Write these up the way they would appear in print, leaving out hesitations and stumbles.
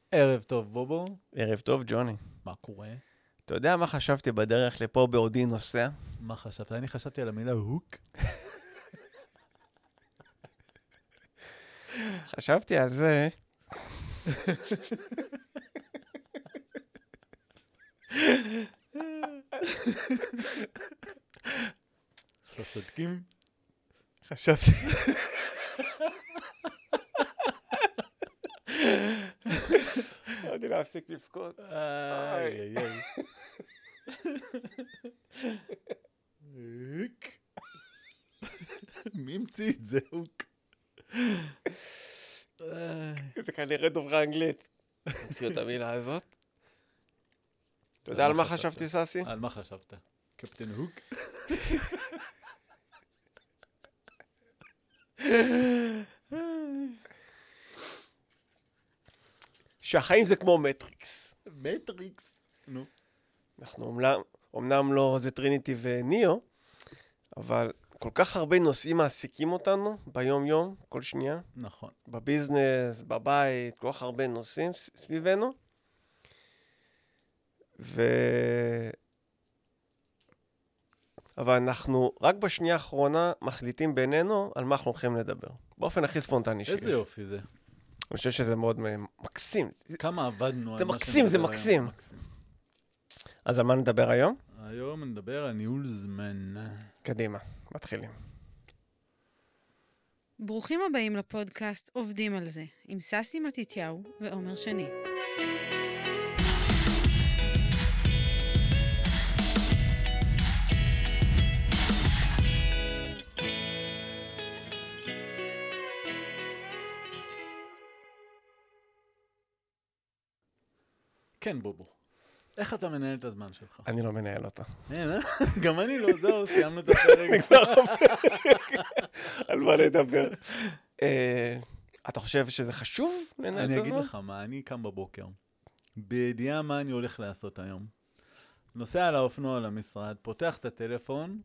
ערב טוב, בובו. ערב טוב, ג'וני. מה קורה? אתה יודע מה חשבתי בדרך לפה בעודי נוסע? מה חשבת? אני חשבתי על המילה הוק. חשבתי על זה. עכשיו שותקים? חשבתי להפסיק לבכות. איי, איי, איי. הוק. מי המציא את זה, הוק? זה כנראה דוברי אנגלית. הוציאו את המילה הזאת. אתה יודע על מה חשבתי, ססי? על מה חשבת? קפטן הוק? שהחיים זה כמו מטריקס. מטריקס. נו. אנחנו אומנם לא זה טריניטי וניאו, אבל כל כך הרבה נושאים מעסיקים אותנו ביום יום, כל שנייה. נכון. בביזנס, בבית, כל כך הרבה נושאים סביבנו. אבל אנחנו רק בשנייה האחרונה מחליטים בינינו על מה אנחנו הולכים לדבר. באופן הכי ספונטני שיש. איזה יופי זה. אני חושב שזה מאוד מקסים. כמה עבדנו על זה מה מקסים, זה שנדבר מקסים. היום. אז על מה נדבר היום? היום נדבר על ניהול זמן. קדימה, מתחילים. ברוכים הבאים לפודקאסט עובדים על זה, עם ססי מתיתיהו ועומר שני. כן, בובו. איך אתה מנהל את הזמן שלך? אני לא מנהל אותה. גם אני לא, זהו, סיימנו את הפרק. על מה לדבר. אתה חושב שזה חשוב לנהל את הזמן? אני אגיד לך מה, אני קם בבוקר, בידיעה מה אני הולך לעשות היום. נוסע על האופנוע למשרד, פותח את הטלפון,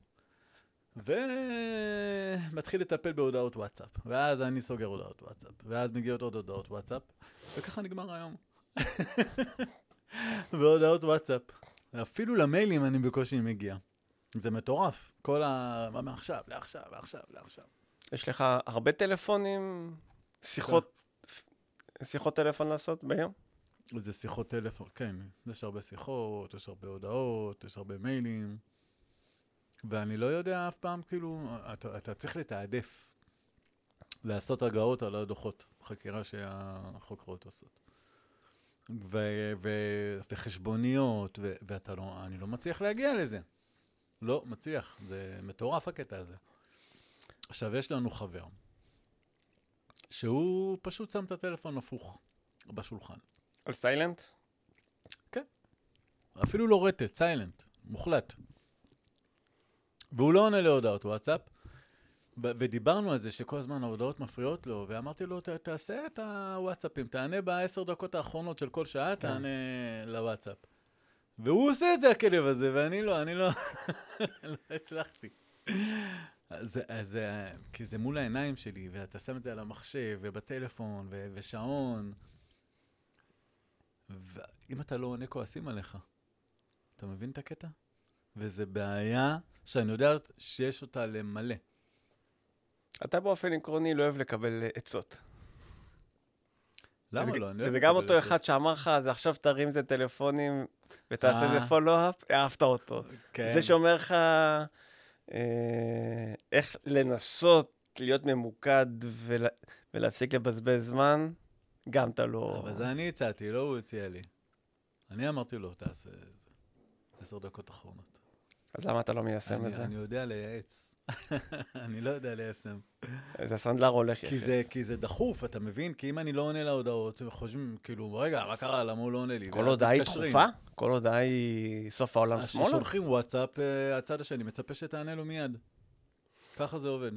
ומתחיל לטפל בהודעות וואטסאפ. ואז אני סוגר הודעות וואטסאפ. ואז מגיעות עוד הודעות וואטסאפ, וככה נגמר היום. והודעות וואטסאפ. אפילו למיילים אני בקושי מגיע. זה מטורף. מה מעכשיו, לעכשיו. יש לך הרבה טלפונים, שיחות טלפון לעשות ביום? זה שיחות טלפון, כן. יש הרבה שיחות, יש הרבה הודעות, יש הרבה מיילים. ואני לא יודע אף פעם, כאילו, אתה צריך לתעדף. לעשות הגאות על הדוחות. חקירה שהחוקרות עושות. וחשבוניות, אני לא מצליח להגיע לזה. לא מצליח, זה מטורף הקטע הזה. עכשיו, יש לנו חבר, שהוא פשוט שם את הטלפון הפוך בשולחן. על סיילנט? כן. אפילו לא רטט, סיילנט, מוחלט. והוא לא עונה להודעות וואטסאפ, ודיברנו על זה שכל הזמן ההודעות מפריעות לו, ואמרתי לו, תעשה את הוואטסאפים, תענה ב10 דקות האחרונות של כל שעה, תענה לוואטסאפ. והוא עושה את זה, הכלב הזה, ואני לא לא הצלחתי. כי זה מול העיניים שלי, ואתה שם את זה על המחשב, ובטלפון, ושעון. ואם אתה לא עונה, כועסים עליך. אתה מבין את הקטע? וזה בעיה שאני יודע שיש אותה למלא. אתה באופן עקרוני לא אוהב לקבל עצות. למה לא? זה גם אותו אחד שאמר לך, אז עכשיו תרים את הטלפונים ותעשה את זה פולו-אפ, אהבת אותו. זה שאומר לך איך לנסות להיות ממוקד ולהפסיק לבזבז זמן, גם אתה לא... אבל זה אני הצעתי, לא הוא הציע לי. אני אמרתי לו, תעשה 10 דקות אחרונות. אז למה אתה לא מיישם את זה? אני יודע לייעץ. אני לא יודע ליישם. זה הסנדלר הולך יחף. כי זה דחוף, אתה מבין? כי אם אני לא עונה להודעות, חושבים, כאילו, רגע, מה קרה? למה הוא לא עונה לי? כל הודעה היא דחופה? כל הודעה היא סוף העולם שמאלה? אז ששולחים וואטסאפ, הצד השני מצפה שתענה לו מיד. ככה זה עובד.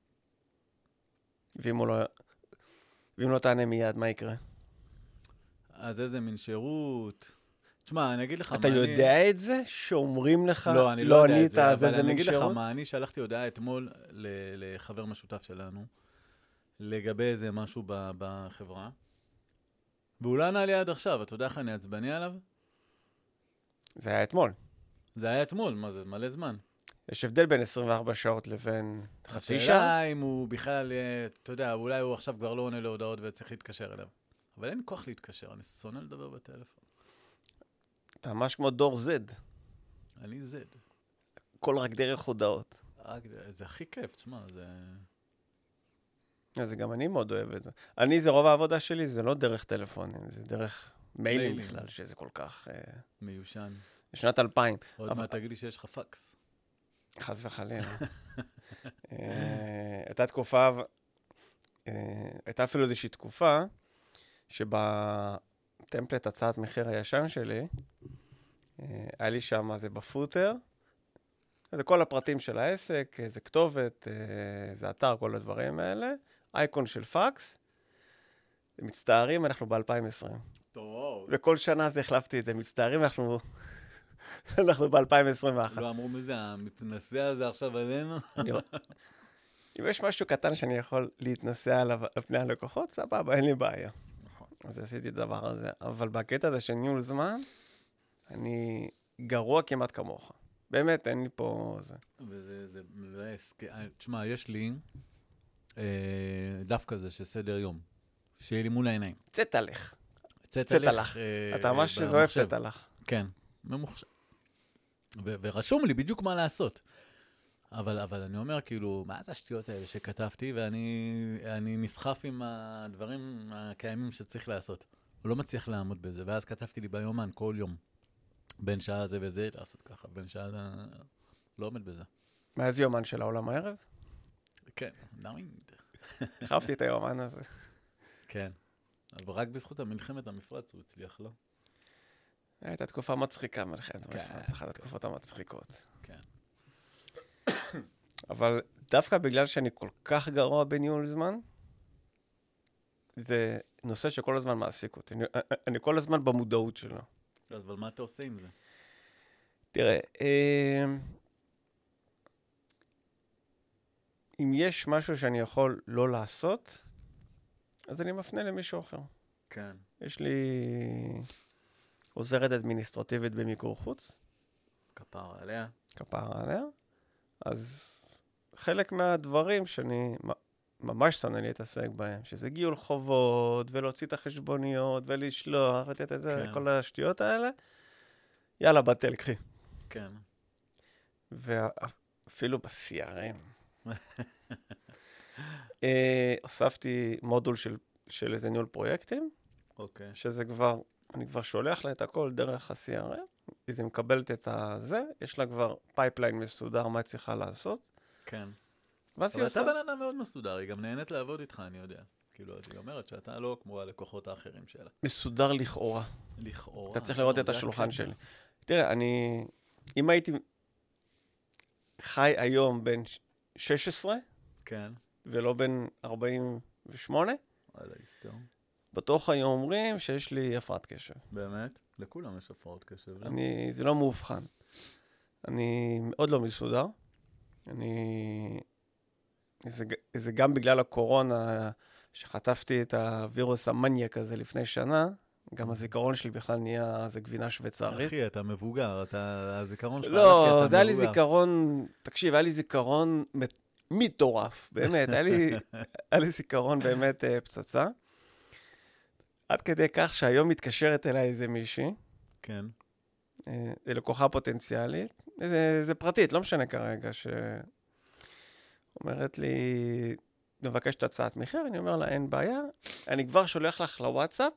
ואם לא תענה מיד, מה יקרה? אז איזה מין שירות... תשמע, אני אגיד לך מה אתה יודע את זה? שאומרים לך... לא, אני לא יודע את זה, אבל אני אני אגיד לך מה, אני שלחתי הודעה אתמול לחבר משותף שלנו, לגבי איזה משהו בחברה, והוא לא ענה לי עד עכשיו, אתה יודע איך אני עצבני עליו? זה היה אתמול. זה היה אתמול, מה זה? מלא זמן. יש הבדל בין 24 שעות לבין חצי שעה. השאלה אם הוא בכלל, אתה יודע, אולי הוא עכשיו כבר לא עונה להודעות וצריך להתקשר אליו. אבל אין כוח להתקשר, אני שונא לדבר בטלפון. אתה ממש כמו דור Z. אני Z. כל רק דרך הודעות. זה הכי כיף, תשמע, זה... זה גם אני מאוד אוהב את זה. זה רוב העבודה שלי, זה לא דרך טלפונים, זה דרך מיילים בכלל, שזה כל כך... מיושן. שנת 2000. עוד מה תגיד לי שיש לך פקס. חס וחלילה. הייתה תקופה, הייתה אפילו איזושהי תקופה, שבטמפלט הצעת מחיר הישן שלי, היה לי שם, זה בפוטר, זה כל הפרטים של העסק, זה כתובת, זה אתר, כל הדברים האלה, אייקון של פקס, מצטערים, אנחנו ב-2020. טוב. וכל שנה זה החלפתי את זה, מצטערים, אנחנו ב-2021. לא אמרו מזה, המתנסה הזה עכשיו עלינו? אם יש משהו קטן שאני יכול להתנסה עליו על פני הלקוחות, סבבה, אין לי בעיה. אז עשיתי את הדבר הזה. אבל בקטע הזה של ניהול זמן, אני גרוע כמעט כמוך. באמת, אין לי פה זה. וזה מבאס. תשמע, יש לי דף כזה של סדר יום, שיהיה לי מול העיניים. צטלך. צטלך. אתה ממש אוהב צטלך. כן, ממוחשב. ורשום לי בדיוק מה לעשות. אבל אני אומר, כאילו, מה זה השטויות האלה שכתבתי, ואני נסחף עם הדברים הקיימים שצריך לעשות. הוא לא מצליח לעמוד בזה, ואז כתבתי לי ביומן כל יום. בין שעה זה וזה, לעשות ככה, בין שעה זה... לא עומד בזה. מה איזה יומן של העולם הערב? כן, נאמינד. חפתי את היומן הזה. כן, אבל רק בזכות המלחמת המפרץ הוא הצליח, לא? הייתה תקופה מצחיקה מלחמת המפרץ, אחת התקופות המצחיקות. כן. אבל דווקא בגלל שאני כל כך גרוע בניהול זמן, זה נושא שכל הזמן מעסיק אותי. אני כל הזמן במודעות שלו. אבל מה אתה עושה עם זה? תראה, אם יש משהו שאני יכול לא לעשות, אז אני מפנה למישהו אחר. כן. יש לי עוזרת אדמיניסטרטיבית במיקור חוץ. כפרה עליה. כפרה עליה. אז חלק מהדברים שאני ממש שונא להתעסק בהם, שזה גיול חובות, ולהוציא את החשבוניות, ולשלוח, כל השטויות האלה, יאללה, בטל, קחי. כן. ואפילו ב-CRM. הוספתי מודול של איזה ניהול פרויקטים, שזה כבר, אני כבר שולח לה את הכל דרך ה-CRM, היא מקבלת את הזה, יש לה כבר פייפליין מסודר, מה היא צריכה לעשות. כן. אבל אתה בן אדם מאוד מסודר, היא גם נהנית לעבוד איתך, אני יודע. כאילו, היא אומרת שאתה לא כמו הלקוחות האחרים שלה. מסודר לכאורה. לכאורה. אתה צריך לראות את השולחן שלי. תראה, אם הייתי חי היום בין 16, כן. ולא בין 48, בטוח היום אומרים שיש לי הפרעת קשב. באמת? לכולם יש הפרעות קשב. זה לא מאובחן. אני מאוד לא מסודר. זה גם בגלל הקורונה, שחטפתי את הווירוס המניאק הזה לפני שנה, גם הזיכרון שלי בכלל נהיה, זה גבינה שוויצרית. אחי, אתה מבוגר, הזיכרון שלך... לא, זה היה לי זיכרון, תקשיב, היה לי זיכרון מטורף, באמת, היה לי זיכרון באמת פצצה. עד כדי כך שהיום מתקשרת אליי איזה מישהי. כן. זה לקוחה פוטנציאלית. זה פרטית, לא משנה כרגע, שאומרת לי, מבקשת הצעת מחיר, אני אומר לה, אין בעיה. אני כבר שולח לך לוואטסאפ,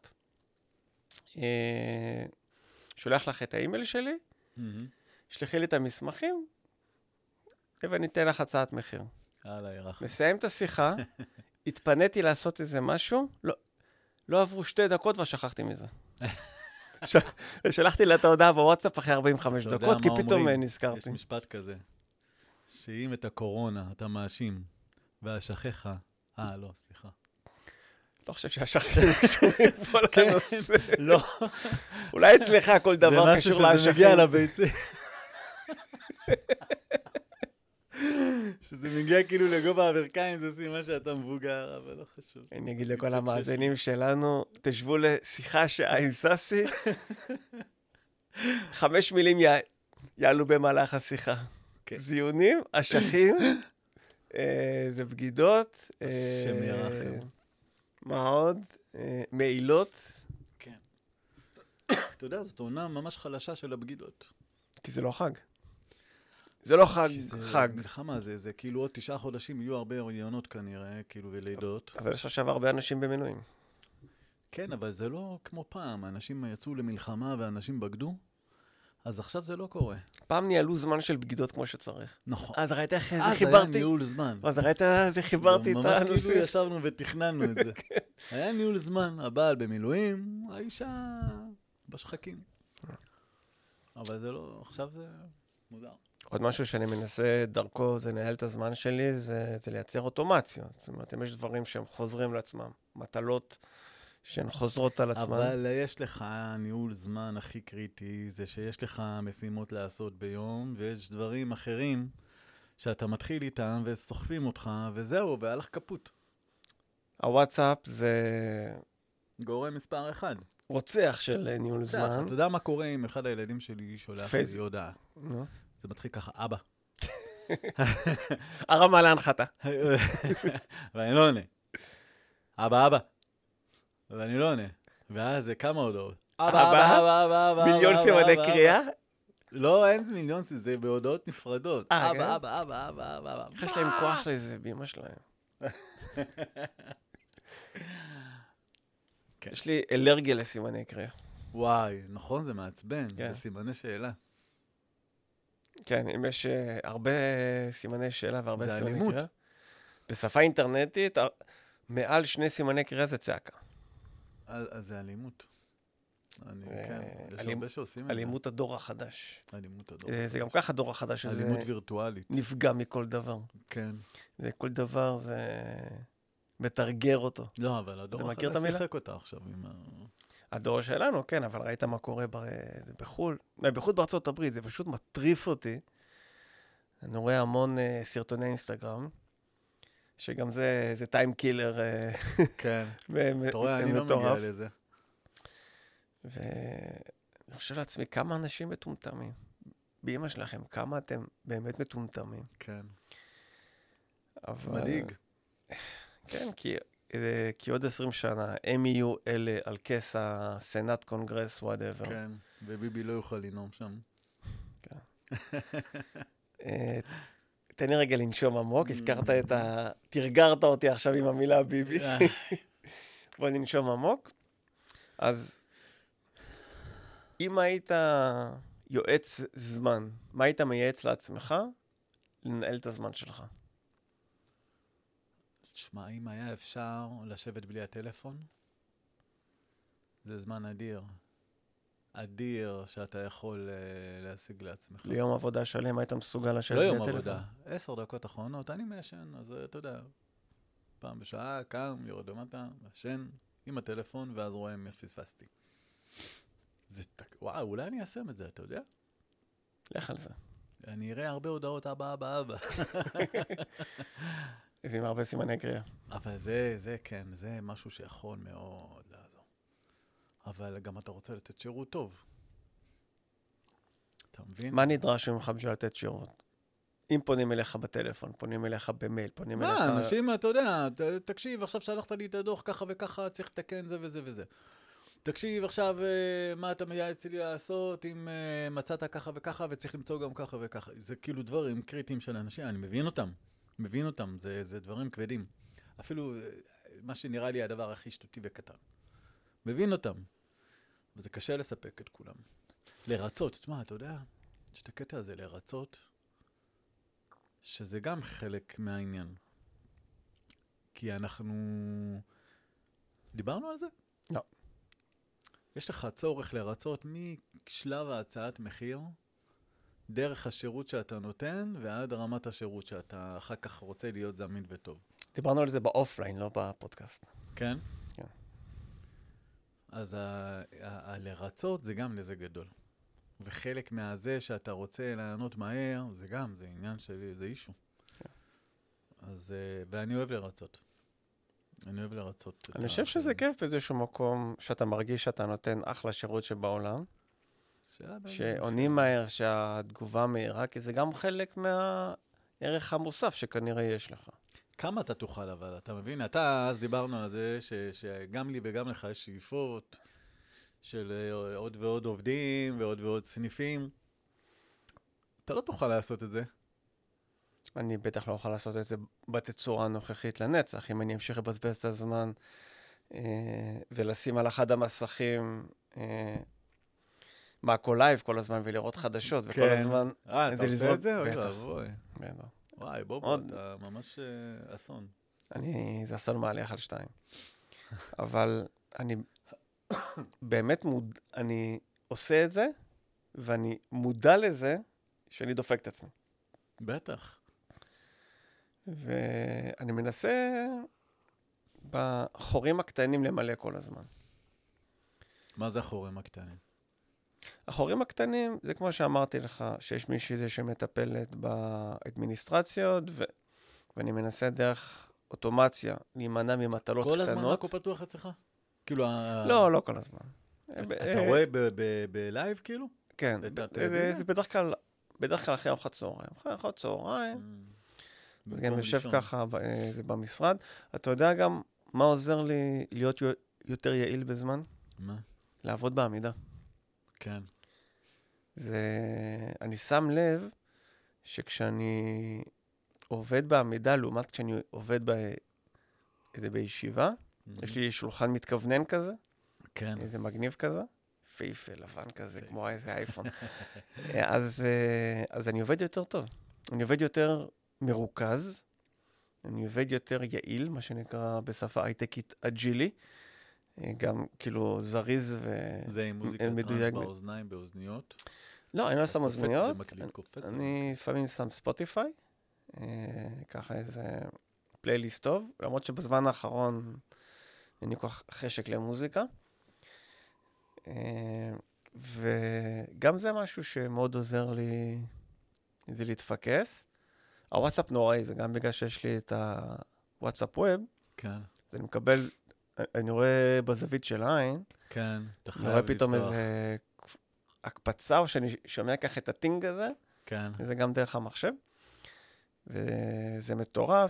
שולח לך את האימייל שלי, שלחי לי את המסמכים, ואני אתן לך הצעת מחיר. מסיים את השיחה, התפניתי לעשות איזה משהו, לא עברו 2 דקות ושכחתי מזה. שלחתי לה את ההודעה בוואטסאפ אחרי 45 דקות, כי פתאום נזכרתי. יש משפט כזה, שאם את הקורונה אתה מאשים, והשכחה, לא, סליחה. לא חושב שהשכחים קשורים פה לנושא. לא. אולי אצלך כל דבר קשור להשכחים. זה משהו שזה מגיע לביצים. שזה מגיע כאילו לגובה הברכיים, זה סימן שאתה מבוגר, אבל לא חשוב. אני אגיד לכל המאזינים שלנו, תשבו לשיחה שעה עם ססי, 5 מילים יעלו במהלך השיחה. כן. זיונים, אשכים, זה בגידות. השם ירחם. מה עוד? מעילות. כן. אתה יודע, זאת עונה ממש חלשה של הבגידות. כי זה לא חג. זה לא חג, זה חג. מלחמה, זה כאילו עוד 9 חודשים יהיו הרבה הריונות כנראה, כאילו ולידות. אבל יש עכשיו הרבה אנשים במילואים. כן, אבל זה לא כמו פעם, אנשים יצאו למלחמה ואנשים בגדו, אז עכשיו זה לא קורה. פעם ניהלו זמן של בגידות כמו שצריך. נכון. אז ראית איך אז היה חיברתי? ניהול זמן. אז ראית איך חיברתי את ממש הנושאים? כאילו ישבנו ותכננו את זה. היה ניהול זמן, הבעל במילואים, האישה בשחקים. אבל זה לא, עכשיו זה מוזר. עוד משהו שאני מנסה דרכו, זה לנהל את הזמן שלי, זה לייצר אוטומציות. זאת אומרת, אם יש דברים שהם חוזרים לעצמם, מטלות שהן חוזרות על עצמן. אבל יש לך ניהול זמן הכי קריטי, זה שיש לך משימות לעשות ביום, ויש דברים אחרים שאתה מתחיל איתם וסוחפים אותך, וזהו, והלך כפות. הוואטסאפ זה גורם מספר 1. רוצח של ניהול זמן. אתה יודע מה קורה אם אחד הילדים שלי שולח לי הודעה? נו. זה מתחיל ככה, אבא. הרמה להנחתה. ואני לא עונה. אבא. ואני לא עונה. ואז זה כמה הודעות. אבא. מיליון סימני קריאה? לא, אין מיליון, זה בהודעות נפרדות. כן? אבא. איך יש להם כוח לזה באמא שלהם? כן. יש לי אלרגיה לסימני קריאה. וואי, נכון, זה מעצבן. כן. זה סימני שאלה. כן, אם יש הרבה סימני שאלה והרבה זה סימני אלימות. קריאה. בשפה אינטרנטית, מעל 2 סימני קריאה זה צעקה. אז זה אלימות. כן, יש הרבה שעושים את זה. אלימות הדור החדש. אלימות הדור. זה גם ככה דור החדש, שזה אלימות וירטואלית. נפגע מכל דבר. כן. זה כל דבר, זה מתרגר אותו. לא, אבל הדור אתה מכיר את החדש המילה? שיחק אותה עכשיו עם הדור שלנו, כן, אבל ראית מה קורה בחו"ל. בייחוד בארצות הברית, זה פשוט מטריף אותי. אני רואה המון סרטוני אינסטגרם, שגם זה טיים קילר. כן. אתה רואה, אני לא מגיע לזה. ואני חושב לעצמי, כמה אנשים מטומטמים. באמא שלכם, כמה אתם באמת מטומטמים. כן. אבל... מדאיג. כן, כי עוד 20 שנה הם יהיו אלה על כס הסנאט, קונגרס, whatever. כן, וביבי לא יוכל לנאום שם. תן לי רגע לנשום עמוק, תרגרת אותי עכשיו עם המילה ביבי. בוא ננשום עמוק. אז אם היית יועץ זמן, מה היית מייעץ לעצמך? לנהל את הזמן שלך. תשמע, אם היה אפשר לשבת בלי הטלפון, זה זמן אדיר. אדיר שאתה יכול להשיג לעצמך. ליום עבודה שלם היית מסוגל לשבת לא בלי יום הטלפון? עבודה, 10 דקות אחרונות, אני מעשן, אז אתה יודע, פעם בשעה, קם, יורד למטה, מעשן עם הטלפון, ואז רואה אם פספסתי. וואו, אולי אני אעשה את זה, אתה יודע? לך על זה. אני אראה הרבה הודעות, אבא. זה עם הרבה סימני קריאה. אבל זה כן, זה משהו שיכול מאוד לעזור. אבל גם אתה רוצה לתת שירות טוב. אתה מבין? מה נדרש ממך בשביל לתת שירות? אם פונים אליך בטלפון, פונים אליך במייל, פונים אליך... מה, אנשים, אתה יודע, תקשיב, עכשיו שלחת לי את הדוח ככה וככה, צריך לתקן זה וזה וזה. תקשיב, עכשיו, מה אתה מייעץ לי לעשות אם מצאת ככה וככה, וצריך למצוא גם ככה וככה. זה כאילו דברים קריטיים של אנשים, אני מבין אותם, זה דברים כבדים. אפילו מה שנראה לי הדבר הכי שטותי וקטן. מבין אותם. וזה קשה לספק את כולם. לרצות, תשמע, אתה יודע, יש את הקטע הזה, לרצות, שזה גם חלק מהעניין. כי אנחנו... דיברנו על זה? לא. יש לך צורך לרצות משלב ההצעת מחיר, דרך השירות שאתה נותן, ועד רמת השירות שאתה אחר כך רוצה להיות זמין וטוב. דיברנו על זה באופליין, לא בפודקאסט. כן? כן. אז לרצות זה גם לזה גדול. וחלק מהזה שאתה רוצה לענות מהר, זה גם, זה עניין שלי, זה אישו. אז, ואני אוהב לרצות. אני אוהב לרצות. אני חושב שזה כיף באיזשהו מקום שאתה מרגיש שאתה נותן אחלה שירות שבעולם. שעונים מהר, שהתגובה מהירה, כי זה גם חלק מהערך המוסף שכנראה יש לך. כמה אתה תוכל, אבל אתה מבין? אתה, אז דיברנו על זה שגם לי וגם לך יש שאיפות של עוד ועוד עובדים ועוד ועוד סניפים. אתה לא תוכל לעשות את זה. אני בטח לא אוכל לעשות את זה בתצורה הנוכחית לנצח, אם אני אמשיך לבזבז את הזמן ולשים על אחד המסכים מאקו לייב כל הזמן ולראות חדשות, וכל הזמן... אתה עושה את זה? בטח. בטח. וואי, בוא, אתה ממש אסון. זה אסון מעלה 1-2. אבל אני באמת אני עושה את זה, ואני מודע לזה שאני דופק את עצמי. בטח. ואני מנסה בחורים הקטנים למלא כל הזמן. מה זה החורים הקטנים? החורים הקטנים, זה כמו שאמרתי לך, שיש מישהי שמטפלת באדמיניסטרציות, ואני מנסה דרך אוטומציה להימנע ממטלות קטנות. כל הזמן רק הוא פתוח אצלך? כאילו... לא כל הזמן. אתה רואה בלייב כאילו? כן, זה בדרך כלל אחרי ארוחת צהריים. אחרי ארוחת צהריים, אז גם יושב ככה, זה במשרד. אתה יודע גם מה עוזר לי להיות יותר יעיל בזמן? מה? לעבוד בעמידה. כן. אני שם לב שכשאני עובד בעמידה, לעומת כשאני עובד בישיבה, יש לי שולחן מתכוונן כזה, כן. איזה מגניב כזה, פייפה, לבן כזה, כמו איזה אייפון. אז אני עובד יותר טוב. אני עובד יותר מרוכז, אני עובד יותר יעיל, מה שנקרא בשפה הייטקית אג'ילי, גם כאילו זריז ומדויק. זה עם מוזיקה טרנס באוזניים, באוזניות? לא, אני לא שם אוזניות. קופץ. אני לפעמים שם ספוטיפיי, ככה איזה פלייליסט טוב, למרות שבזמן האחרון אין לי כל כך חשק למוזיקה. וגם זה משהו שמאוד עוזר לי, זה להתפקס. הוואטסאפ נוראי, זה גם בגלל שיש לי את הוואטסאפ ווב. כן. אז אני מקבל, אני רואה בזווית של העין. כן, אתה חייב לפתוח. אני רואה פתאום איזה הקפצה, או שאני שומע כך את הטינג הזה. כן. וזה גם דרך המחשב. וזה מטורף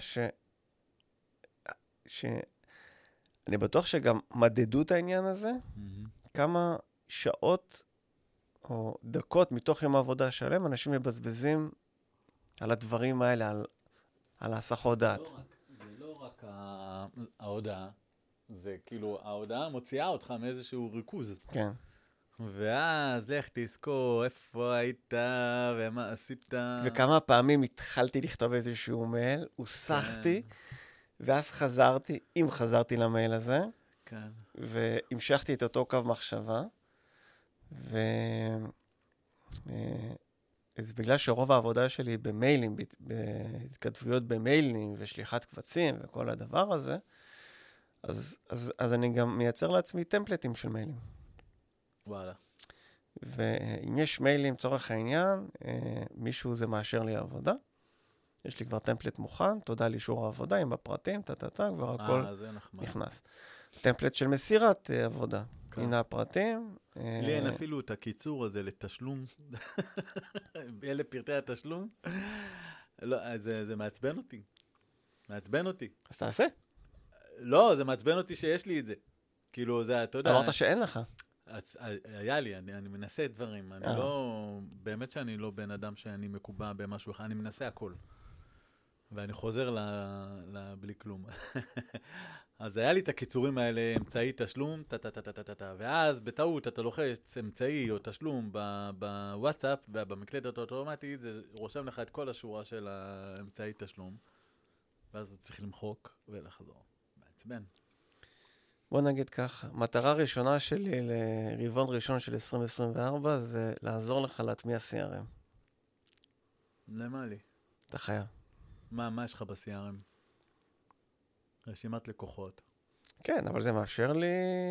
אני בטוח שגם מדדו את העניין הזה, כמה שעות או דקות מתוך יום העבודה שלם, אנשים מבזבזים על הדברים האלה, על ההסחות דעת. זה לא רק ההודעה, זה כאילו, ההודעה מוציאה אותך מאיזשהו ריכוז. כן. ואז לך תזכור איפה היית ומה עשית. וכמה פעמים התחלתי לכתוב איזשהו מייל, הוסחתי, ואז חזרתי למייל הזה, כן. והמשכתי את אותו קו מחשבה, אז בגלל שרוב העבודה שלי היא במיילים, בהתכתבויות במיילים ושליחת קבצים וכל הדבר הזה, אז אני גם מייצר לעצמי טמפלטים של מיילים. וואלה. ואם יש מיילים, צורך העניין, מישהו זה מאשר לי העבודה. יש לי כבר טמפלט מוכן, תודה לאישור העבודה, עם הפרטים, כבר הכל נכנס. טמפלט של מסירת עבודה. הנה הפרטים. לי אין אפילו את הקיצור הזה לתשלום. אלה פרטי התשלום. לא, זה מעצבן אותי. מעצבן אותי. אז תעשה. לא, זה מעצבן אותי שיש לי את זה. כאילו, זה, אתה יודע... אמרת שאין לך. היה לי, אני מנסה דברים. אני לא... באמת שאני לא בן אדם שאני מקובע במשהו אחד. אני מנסה הכל. ואני חוזר בלי כלום. אז היה לי את הקיצורים האלה, אמצעי תשלום, ואז בטעות אתה לוחץ אמצעי או תשלום בוואטסאפ, ובמקלדת האוטומטית זה רושם לך את כל השורה של האמצעי תשלום, ואז אתה צריך למחוק ולחזור. מעצבן. בוא נגיד ככה, מטרה ראשונה שלי לרבעון ראשון של 2024 זה לעזור לך להטמיע CRM. למה לי? אתה חייב. מה יש לך ב-CRM? רשימת לקוחות. כן, אבל זה מאפשר לי...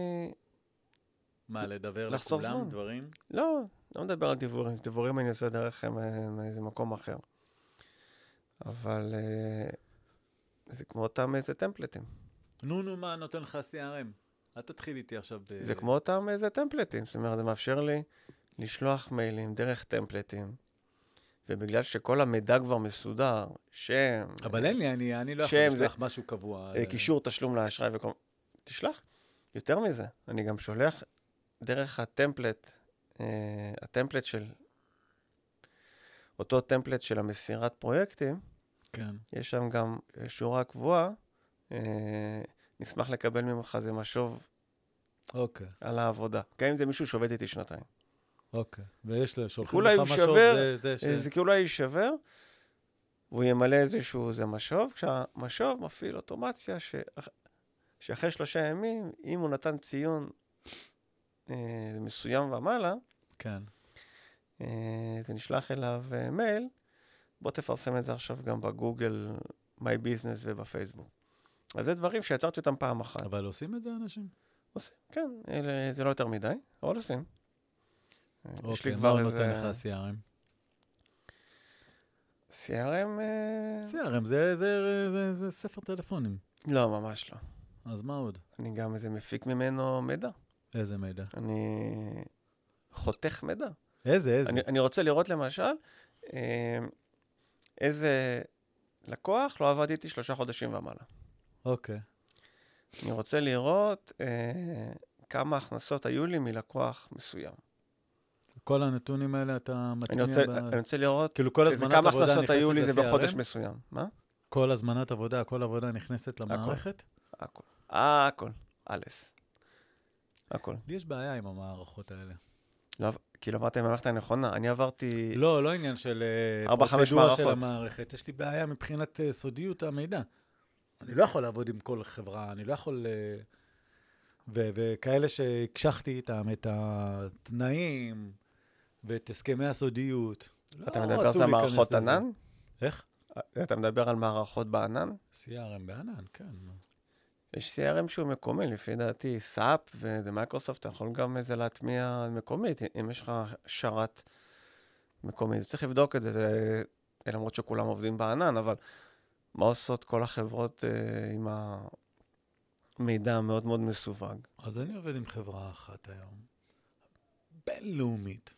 מה, לדבר לכולם דברים? לא מדבר על דיבורים. דיבורים אני עושה דרך איזה מקום אחר. אבל זה כמו אותם איזה טמפלטים. נו, מה נותן לך CRM? אל תתחיל איתי עכשיו זה כמו אותם איזה טמפלטים. זאת אומרת, זה מאפשר לי לשלוח מיילים דרך טמפלטים, ובגלל שכל המידע כבר מסודר, שם... אבל אין לי, אני לא יכול לשלוח משהו קבוע. קישור תשלום לאשראי וכל... תשלח. יותר מזה, אני גם שולח דרך הטמפלט של... אותו טמפלט של המסירת פרויקטים, כן. יש שם גם שורה קבועה, נשמח לקבל ממך זה משוב על העבודה. גם אם זה מישהו שעובד איתי שנתיים. אוקיי, ויש לו, שולחים לך משוב, זה כאילו יישבר, והוא ימלא איזשהו זה משוב, כשהמשוב מפעיל אוטומציה שאחרי 3 ימים, אם הוא נתן ציון מסוים ומעלה, כן. זה נשלח אליו מייל, בוא תפרסם את זה עכשיו גם בגוגל, My Business ובפייסבוק. אז זה דברים שיצרתי אותם פעם אחת. אבל עושים את זה אנשים? עושים, כן. זה לא יותר מדי, אבל עושים. אוקיי, מה הוא נותן לך CRM? CRM... CRM זה ספר טלפונים. לא, ממש לא. אז מה עוד? אני גם איזה מפיק ממנו מידע. איזה מידע? אני חותך מידע. איזה? אני רוצה לראות למשל, איזה לקוח לא עבד איתי 3 חודשים ומעלה. אוקיי. אני רוצה לראות כמה הכנסות היו לי מלקוח מסוים. כל הנתונים האלה אתה מטמיע אני רוצה לראות כאילו כל הזמנת כמה עבודה הכנסות היו לי נכנסת זה ל-CRM? בחודש מסוים. מה? כל הזמנת עבודה, כל עבודה נכנסת למערכת? הכל. אלף. הכל. לי יש בעיה עם המערכות האלה. לא, כי לא עברתי עם המערכת הנכונה. אני עברתי... לא עניין של 4-5 פרוצדורה של המערכת. יש לי בעיה מבחינת סודיות המידע. אני לא יכול לעבוד עם כל חברה, אני לא יכול... וכאלה שהקשחתי איתם את התנאים ואת הסכמי הסודיות. אתה מדבר על מערכות ענן? איך? אתה מדבר על מערכות בענן? CRM בענן, כן. יש CRM שהוא מקומי, לפי דעתי, סאפ וזה מייקרוסופט, אתה יכול גם איזה להטמיע מקומית, אם יש לך שרת מקומית. צריך לבדוק את זה, למרות שכולם עובדים בענן, אבל מה עושות כל החברות עם המידע המאוד מאוד מסווג? אז אני עובד עם חברה אחת היום, בינלאומית.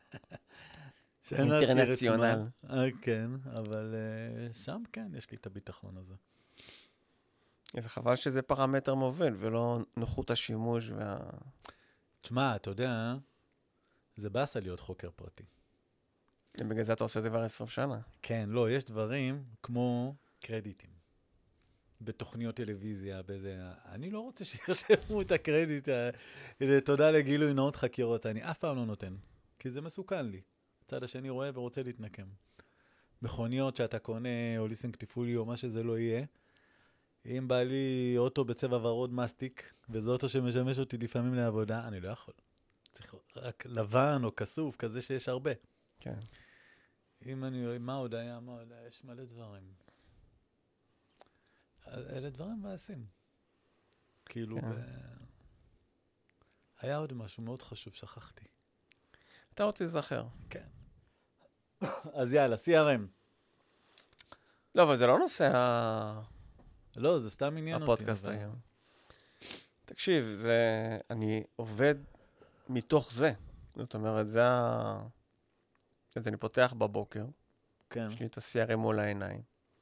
אינטרנציונל. כן, אבל שם כן, יש לי את הביטחון הזה. זה חבל שזה פרמטר מוביל, ולא נוחות השימוש תשמע, אתה יודע, זה באסה להיות חוקר פרטי. בגלל זה אתה עושה את זה כבר 20 שנה. כן, לא, יש דברים כמו קרדיטים. בתוכניות טלוויזיה, באיזה... אני לא רוצה שירשמו את הקרדיט, תודה לגילוי נאות חקירות, אני אף פעם לא נותן, כי זה מסוכן לי. הצד השני רואה ורוצה להתנקם. מכוניות שאתה קונה, או ליסינג תפעולי, או מה שזה לא יהיה, אם בא לי אוטו בצבע ורוד מסטיק, וזה אוטו שמשמש אותי לפעמים לעבודה, אני לא יכול. צריך רק לבן או כסוף, כזה שיש הרבה. כן. אם אני... מה עוד היה? יש מלא דברים. אלה דברים מעשים. כאילו, כן. היה עוד משהו מאוד חשוב, שכחתי. אתה רוצה להיזכר. כן. אז יאללה, CRM. לא, אבל זה לא נושא לא, זה סתם עניין אותי. הפודקאסט היום. תקשיב, אני עובד מתוך זה. זאת אומרת, אז אני פותח בבוקר. כן. יש לי את ה-CRM מול העיניים.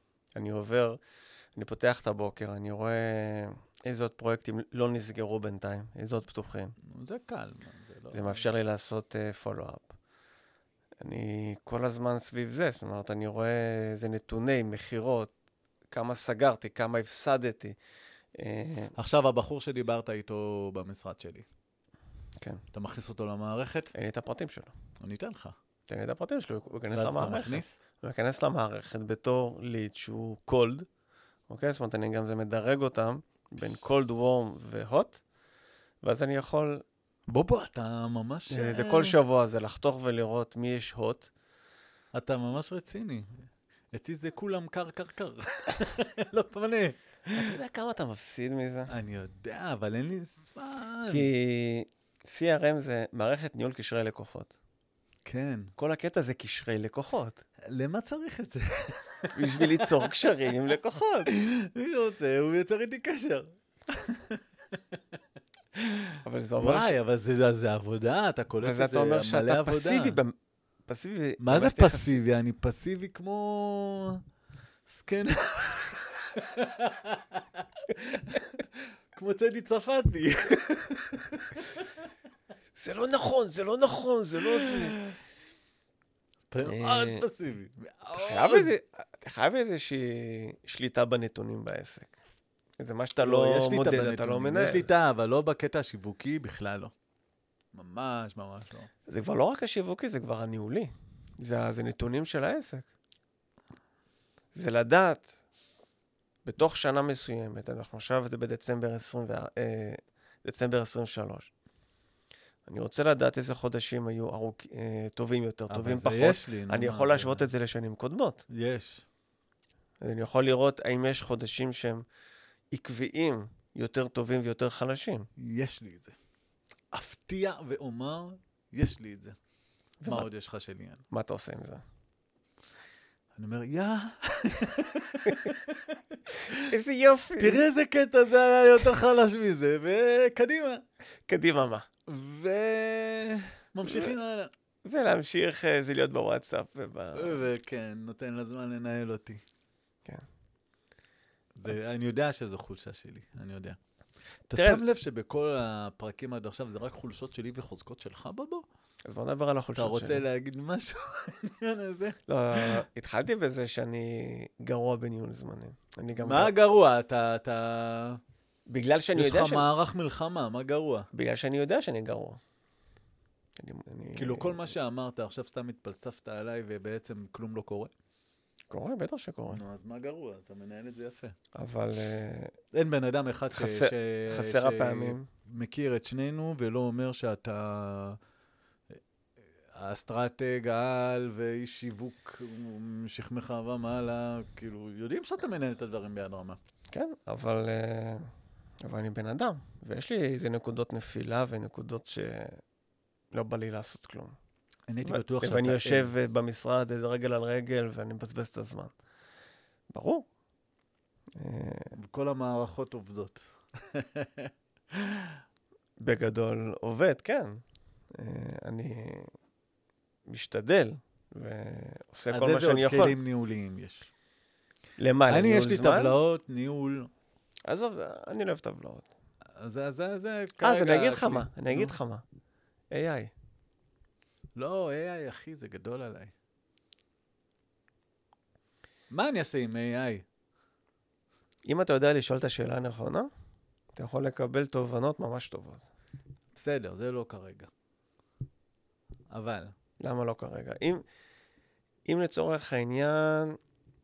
אני פותח את הבוקר, אני רואה איזה עוד פרויקטים לא נסגרו בינתיים, איזה עוד פתוחים. זה קל. זה מאפשר לי לעשות פולו-אפ. אני כל הזמן סביב זה, זאת אומרת, אני רואה איזה נתוני מחירות, כמה סגרתי, כמה הפסדתי. עכשיו, הבחור שדיברת איתו במשרד שלי. כן. אתה מכניס אותו למערכת? אין לי את הפרטים שלו. אני אתן לך. תן לי את הפרטים שלו, הוא ייכנס ואז אתה למערכת. מכניס? הוא ייכנס למערכת בתור ליד שהוא קולד, אוקיי? זאת אומרת, אני גם זה מדרג אותם בין קולד, וורם והוט, ואז אני יכול... בוא, אתה ממש... זה כל שבוע, זה לחתוך ולראות מי יש הוט. אתה ממש רציני. אצלי זה כולם קר. לא פנה. אתה יודע כמה אתה מפסיד מזה? אני יודע, אבל אין לי זמן. כי CRM זה מערכת ניהול קשרי לקוחות. כן. כל הקטע זה קשרי לקוחות. למה צריך את זה? בשביל ליצור קשרים עם לקוחות. מי שרוצה, הוא יוצר איתי קשר. אבל זה אומר וואי, אבל זה עבודה, אתה קולט אז שזה אתה אומר מלא שאתה עבודה. פסיבי. מה זה במערכת יחסים. פסיבי? אני פסיבי כמו... סקן. כמו צדי צרפתי. זה לא נכון, זה לא נכון, זה לא זה. מאוד פסיבי. אתה חייב איזושהי שליטה בנתונים בעסק. זה מה שאתה יש לא שליטה מודד, אתה בנתונים, לא מנהל. יש שליטה, אבל לא בקטע השיווקי בכלל לא. ממש לא. זה כבר לא רק השיווקי, זה כבר הניהולי. זה נתונים של העסק. זה לדעת, בתוך שנה מסוימת, אנחנו עכשיו זה בדצמבר 23. אני רוצה לדעת איזה חודשים היו טובים יותר, טובים פחות. אבל זה יש לי. אני יכול להשוות את זה לשנים קודמות. יש. אני יכול לראות האם יש חודשים שהם עקביים, יותר טובים ויותר חלשים. יש לי את זה. אפתיע ואומר, יש לי את זה. מה עוד יש לך שלי? מה אתה עושה עם זה? אני אומר, איזה יופי. תראה איזה קטע, זה היה יותר חלש מזה, וקדימה. קדימה מה? וממשיכים הלאה. ולהמשיך זה להיות בוואטסאפ. וכן, נותן לזמן לנהל אותי. כן. אני יודע שזו חולשה שלי, אני יודע. אתה תראה, שם לב שבכל הפרקים עד עכשיו זה רק חולשות שלי וחוזקות שלך בבו? אז בוא נדבר על החולשות אתה שלי. רוצה להגיד משהו בעניין הזה? לא, התחלתי בזה שאני גרוע בניהול זמנים. אני גם מה גרוע? אתה... בגלל שאני יש יודע לך מערך מלחמה, מה גרוע? בגלל שאני יודע שאני גרוע. כאילו כל מה שאמרת, עכשיו סתם התפלספת עליי ובעצם כלום לא קורה? קורה, בטח שקורה. נו, אז מה גרוע? אתה מנהל את זה יפה. אבל אין בן אדם אחד חסר הפעמים. מכיר את שנינו ולא אומר שאתה האסטרטג, העל ואיש שיווק שכמך ומעלה, כאילו, יודעים שאתה מנהל את הדברים ביד רמה. כן, אבל אני בן אדם, ויש לי איזה נקודות נפילה ונקודות שלא בא לי לעשות כלום. אני הייתי בטוח שאתה... ואני יושב במשרד רגל על רגל ואני מבזבז את הזמן. ברור. כל המערכות עובדות. בגדול עובד, כן. אני משתדל ועושה כל מה שאני יכול. אז איזה עוד כלים ניהוליים יש? למה? לניהול זמן? יש לי טבלאות, ניהול. עזוב, אני לא אוהב טבלאות. זה אז אני אגיד לך מה, אני אגיד לך מה. AI. לא, AI, אחי, זה גדול עליי. מה אני אעשה עם AI? אם אתה יודע לשאול את השאלה הנכונה, אתה יכול לקבל תובנות ממש טובות. בסדר, זה לא כרגע. אבל... למה לא כרגע? אם לצורך העניין,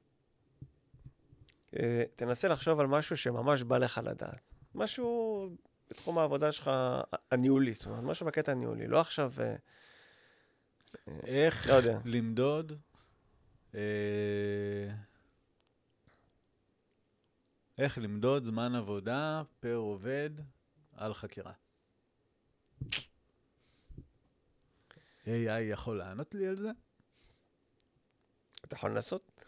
תנסה לחשוב על משהו שממש בא לך לדעת. משהו בתחום העבודה שלך הניהולי, זאת אומרת, משהו בקטע הניהולי, לא עכשיו... איך לא יודע. למדוד איך למדוד זמן עבודה פר עובד על חקירה. AI יכול לענות לי על זה? אתה יכול לנסות?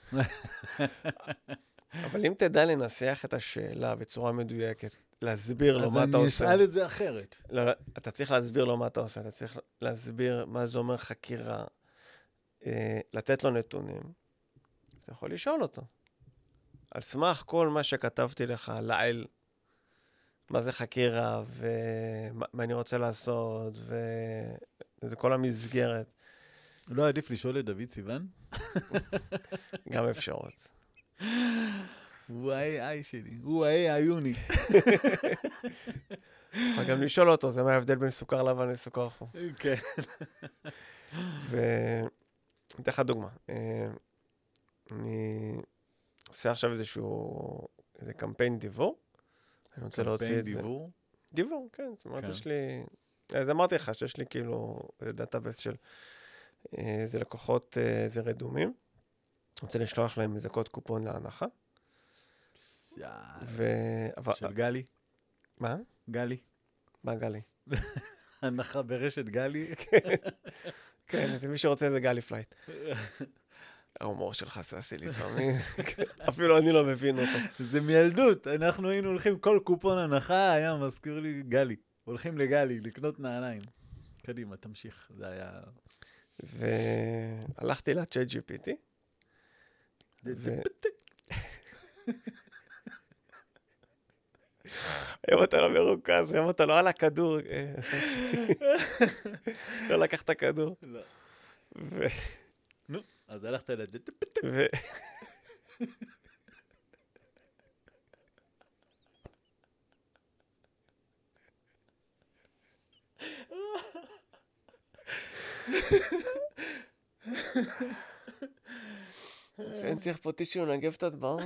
אבל אם תדע לנסח את השאלה בצורה מדויקת, להסביר לו מה אתה עושה. אז אני אשאל את זה אחרת. לא, אתה צריך להסביר לו מה אתה עושה, אתה צריך להסביר מה זה אומר חקירה, לתת לו נתונים. אתה יכול לשאול אותו. על סמך כל מה שכתבתי לך לעיל, מה זה חקירה, ומה אני רוצה לעשות, וזה כל המסגרת. לא עדיף לשאול את דוד סיוון? גם אפשרות. הוא ה-AI שלי, הוא ה-AI. יכול גם לשאול אותו, זה מה ההבדל בין סוכר לבן לסוכר חום. כן. אתן לך דוגמה. אני עושה עכשיו איזה קמפיין דיבור. אני רוצה להוציא את זה. קמפיין דיבור? דיבור, כן. זאת אומרת, יש לי... אז אמרתי לך שיש לי כאילו איזה דאטאבייס של איזה לקוחות, איזה רדומים. אני רוצה לשלוח להם איזה קוד קופון להנחה. של גלי? מה? גלי. מה גלי? הנחה ברשת גלי. כן, מי שרוצה זה גלי פלייט. ההומור שלך ססי לפעמים, אפילו אני לא מבין אותו. זה מילדות, אנחנו היינו הולכים, כל קופון הנחה היה מזכיר לי גלי. הולכים לגלי לקנות נעליים. קדימה, תמשיך, זה היה... והלכתי לצ'אט GPT, אם אתה לא מרוכז, אם אתה לא על הכדור, לא לקח את הכדור. לא. נו, אז הלכת לג'ט... אין צריך פה טישו, נגב את הדמעות.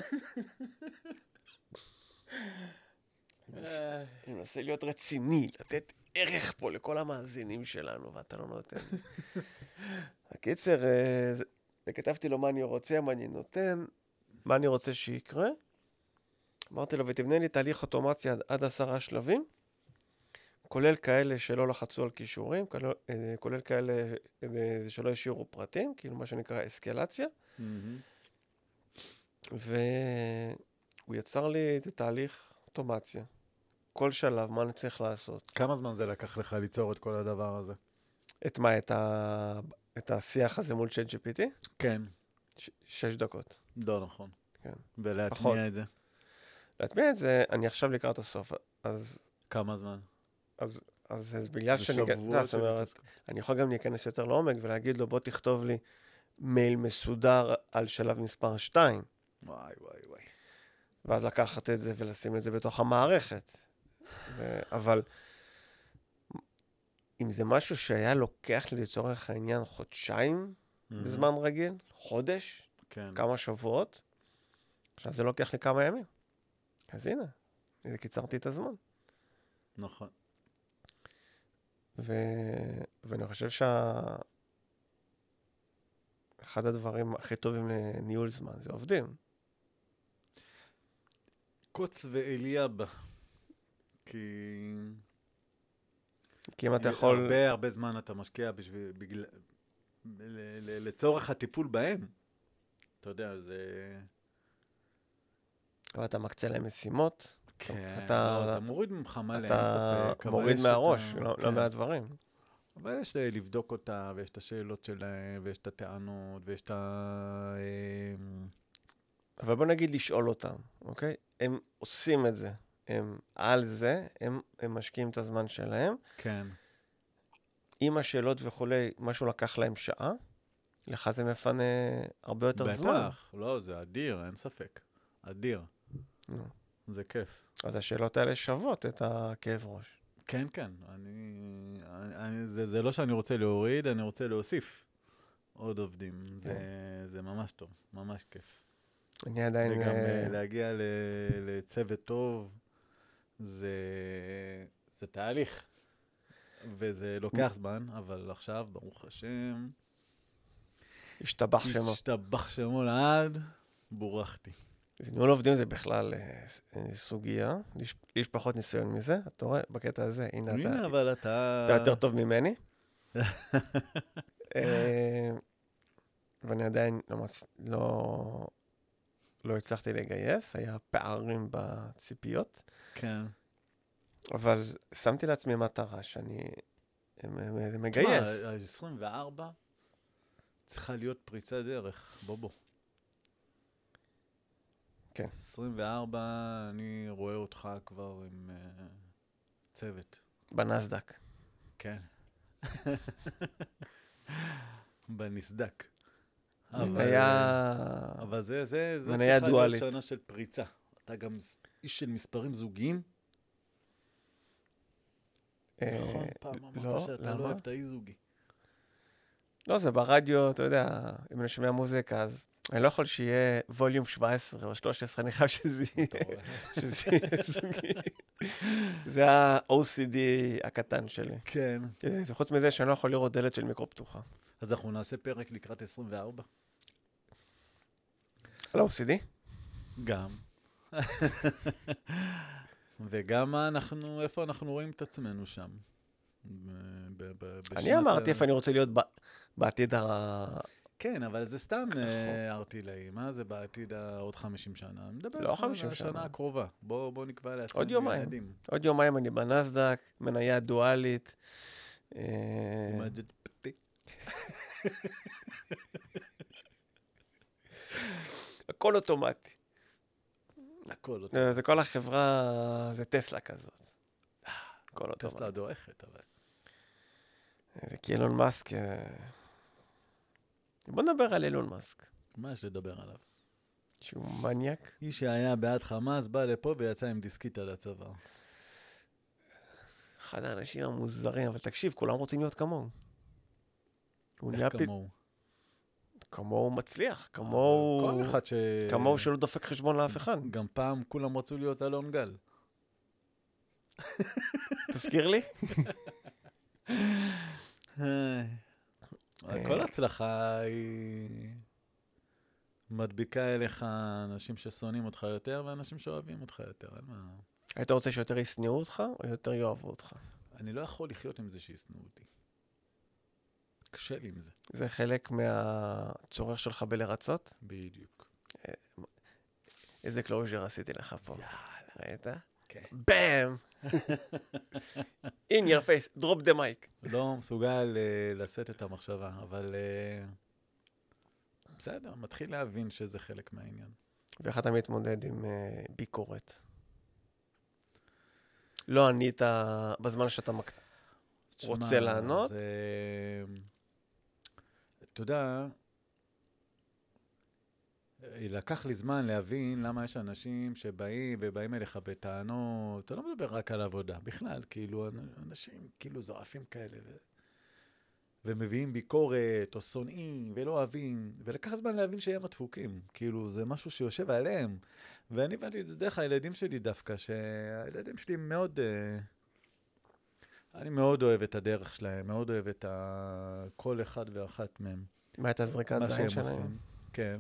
אני מנסה להיות רציני, לתת ערך פה לכל המאזינים שלנו, ואתה לא נותן. הקיצר, כתבתי לו מה אני רוצה, מה אני נותן, מה אני רוצה שיקרה. אמרתי לו, ותבנה לי תהליך אוטומציה עד 10 שלבים, כולל כאלה שלא לחצו על קישורים, כולל כאלה שלא השאירו פרטים, כאילו מה שנקרא אסקלציה. והוא יצר לי את תהליך אוטומציה. כל שלב, מה אני צריך לעשות. כמה זמן זה לקח לך ליצור את כל הדבר הזה? את מה? את השיח הזה מול צ'אט GPT? כן. 6 דקות. לא נכון. כן. ולהטמיע את זה? להטמיע את זה, אני עכשיו לקראת הסוף. אז... כמה זמן? אז בגלל שאני... זאת אומרת, אני יכול גם להיכנס יותר לעומק ולהגיד לו, בוא תכתוב לי מייל מסודר על שלב מספר 2. וואי, וואי, וואי. ואז לקחת את זה ולשים את זה בתוך המערכת. אבל אם זה משהו שהיה לוקח לי לצורך העניין חודשיים בזמן רגיל, חודש, כמה שבועות, עכשיו זה לוקח לי כמה ימים. אז הנה, קיצרתי את הזמן. נכון. ואני חושב אחד הדברים הכי טובים לניהול זמן זה עובדים. קוץ ואליאב. כי אם אתה יכול... הרבה זמן אתה משקיע לצורך הטיפול בהם. אתה יודע, זה... אבל אתה מקצה להם משימות. כן, זה מוריד ממך מלא, אתה מוריד מהראש, לא מהדברים. אבל יש לבדוק אותה, ויש את השאלות שלהם, ויש את הטענות, ויש את ה... אבל בוא נגיד לשאול אותם, אוקיי? הם עושים את זה. הם על זה, הם משקיעים את הזמן שלהם. כן. עם השאלות וכולי, משהו לקח להם שעה, לך זה מפנה הרבה יותר זמן. בטח, לא, זה אדיר, אין ספק. אדיר. זה כיף. אז השאלות האלה שוות את הכאב ראש. כן, כן. זה לא שאני רוצה להוריד, אני רוצה להוסיף עוד עובדים. זה ממש טוב, ממש כיף. אני עדיין... וגם להגיע לצוות טוב, זה תהליך. וזה לוקח זמן, אבל עכשיו, ברוך השם... השתבח שמו לעד, בורחתי. ניהול עובדים זה בכלל סוגיה. יש פחות ניסיון מזה, אתה רואה? בקטע הזה, הנה אבל אתה יותר טוב ממני. ואני עדיין לא הצלחתי לגייס, היה פערים בציפיות. כן. אבל שמתי לעצמי מטרה שאני מגייס. תשמע, 24 צריכה להיות פריצת דרך, בוא. כן. 24, אני רואה אותך כבר עם צוות. בנסדק. כן. בנסדק. אבל זה צריכה להיות שנה של פריצה. אתה גם איש של מספרים זוגיים? נכון, פעם אמרת שאתה לא אוהב את האי-זוגי. לא, זה ברדיו, אתה יודע, אם אני שומע מוזיקה, אז אני לא יכול שיהיה ווליום 17 או 13, אני חייב שזה יהיה זוגי. זה ה-OCD הקטן שלי. כן. זה חוץ מזה שאני לא יכול לראות דלת של מיקרו פתוחה. אז אנחנו נעשה פרק לקראת 24? על ה-OCD? גם. וגם איפה אנחנו רואים את עצמנו שם. אני אמרתי איפה אני רוצה להיות בעתיד כן, אבל זה סתם ארטילאי. מה זה בעתיד עוד 50 שנה? אני מדבר לא 50 על השנה שנה. הקרובה. בוא נקבע לעצמנו עוד יומיים. יעדים. עוד יומיים אני בנסדק, מניה דואלית. עם הג'ט פטי. הכל אוטומטי. הכל אותו. זה כל החברה, זה טסלה כזאת. הכל אוטומטי. טסלה דורכת, אבל. זה כי אילון מאסק... בוא נדבר על אילון מאסק. מה יש לדבר עליו? שהוא מניאק. איש שהיה בעד חמאס, בא לפה ויצא עם דיסקית על הצוואר. אחד האנשים המוזרים, אבל תקשיב, כולם רוצים להיות כמוהו. איך כמוהו? כמוהו מצליח, כמוהו... כל אחד כמוהו שלא דופק חשבון לאף אחד. גם פעם כולם רצו להיות אלון גל. תזכיר לי? כל הצלחה היא מדביקה אליך אנשים ששונאים אותך יותר ואנשים שאוהבים אותך יותר. היית רוצה שיותר ישנאו אותך או יותר יאהבו אותך? אני לא יכול לחיות עם זה שישנאו אותי. קשה לי עם זה. זה חלק מהצורך שלך בלרצות? בדיוק. איזה קלוז'ר עשיתי לך פה. ראית? כן. באם! In your face, drop the mic. לא מסוגל לשאת את המחשבה, אבל בסדר, מתחיל להבין שזה חלק מהעניין. ואיך אתה מתמודד עם ביקורת? לא ענית בזמן שאתה רוצה לענות? אתה יודע, לקח לי זמן להבין למה יש אנשים שבאים אליך בטענות, אתה לא מדבר רק על עבודה, בכלל, כאילו, אנשים כאילו זועפים כאלה, ומביאים ביקורת, או שונאים, ולא אוהבים, ולקח זמן להבין שהם הדפוקים, כאילו, זה משהו שיושב עליהם, ואני הבנתי את זה דרך הילדים שלי דווקא, שהילדים שלי מאוד, אני מאוד אוהב את הדרך שלהם, מאוד אוהב את כל אחד ואחת מהם. מה את הזריקת זין שלהם? כן.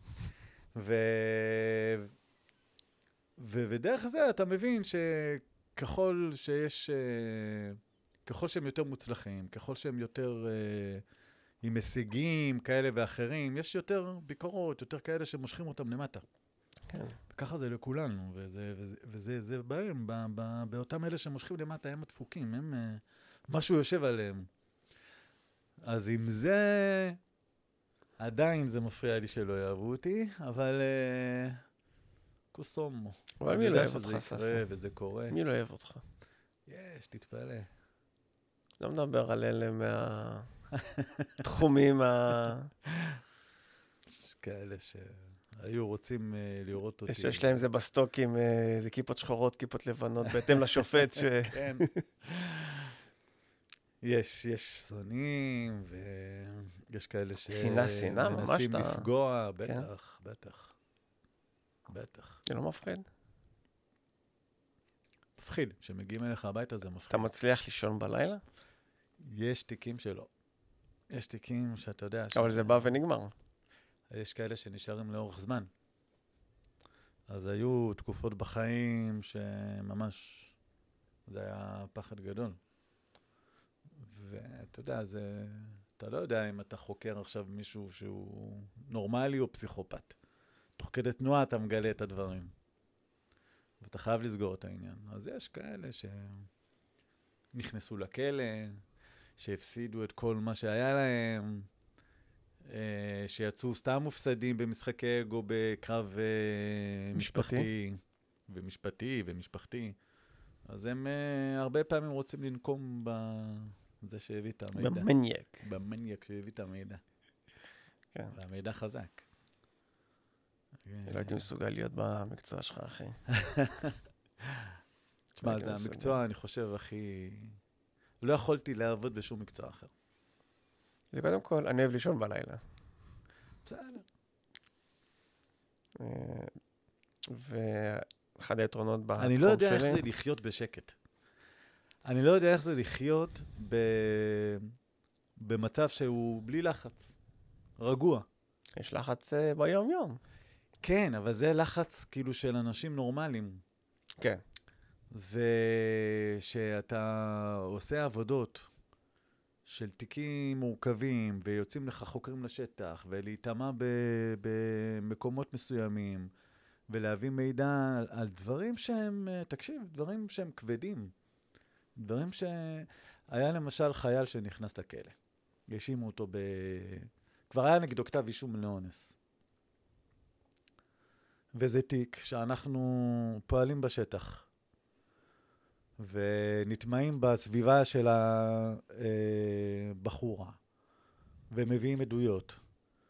ודרך זה אתה מבין שככל שיש, ככל שהם יותר מוצלחים, ככל שהם יותר עם הישגים כאלה ואחרים, יש יותר ביקורות, יותר כאלה שמושכים אותם למטה. כן. וככה זה לכולנו, וזה בהם, באותם אלה שמושכים למטה, הם הדפוקים, הם, משהו יושב עליהם. אז עם זה, עדיין זה מפריע לי שלא יאהבו אותי, אבל קוסומו. אבל מי לא אוהב אותך, ססי? וזה קורה. מי לא אוהב אותך? יש, תתפלא. לא מדבר על אלה מהתחומים יש כאלה שהיו רוצים לראות אותי. יש להם זה בסטוקים, זה כיפות שחורות, כיפות לבנות, בהתאם לשופט ש... כן. יש שונאים, ויש כאלה שנאה, ממש שמנסים לפגוע, כן. בטח. זה לא מפחיד? מפחיד, כשמגיעים אליך הביתה זה מפחיד. אתה מצליח לישון בלילה? יש תיקים שלא. יש תיקים שאתה יודע... אבל זה בא ונגמר. יש כאלה שנשארים לאורך זמן. אז היו תקופות בחיים שממש... זה היה פחד גדול. ואתה יודע, אתה לא יודע אם אתה חוקר עכשיו מישהו שהוא נורמלי או פסיכופת. תוך כדי תנועה אתה מגלה את הדברים. ואתה חייב לסגור את העניין. אז יש כאלה שנכנסו לכלא, שהפסידו את כל מה שהיה להם, שיצאו סתם מופסדים במשחקי אגו בקרב משפחתי, ומשפחתי. אז הם הרבה פעמים רוצים לנקום בזה שהביא את המידע. במניאק שהביא את המידע. כן. והמידע חזק. לא הייתי מסוגל להיות במקצוע שלך, אחי. תשמע, זה המקצוע, אני חושב, הכי... לא יכולתי לעבוד בשום מקצוע אחר. זה קודם כל, אני אוהב לישון בלילה. בסדר. ואחד היתרונות בתחום שלי... אני לא יודע איך זה לחיות בשקט. אני לא יודע איך זה לחיות במצב שהוא בלי לחץ. רגוע. יש לחץ ביום-יום. כן, אבל זה לחץ כאילו של אנשים נורמליים. כן. ושאתה עושה עבודות של תיקים מורכבים, ויוצאים לך חוקרים לשטח, ולהתאמה במקומות מסוימים, ולהביא מידע על דברים שהם, תקשיב, דברים שהם כבדים. דברים היה למשל חייל שנכנס לכלא. האשימו אותו כבר היה נגדו כתב אישום לאונס. וזה תיק שאנחנו פועלים בשטח. ונטמעים בסביבה של הבחורה. ומביאים עדויות.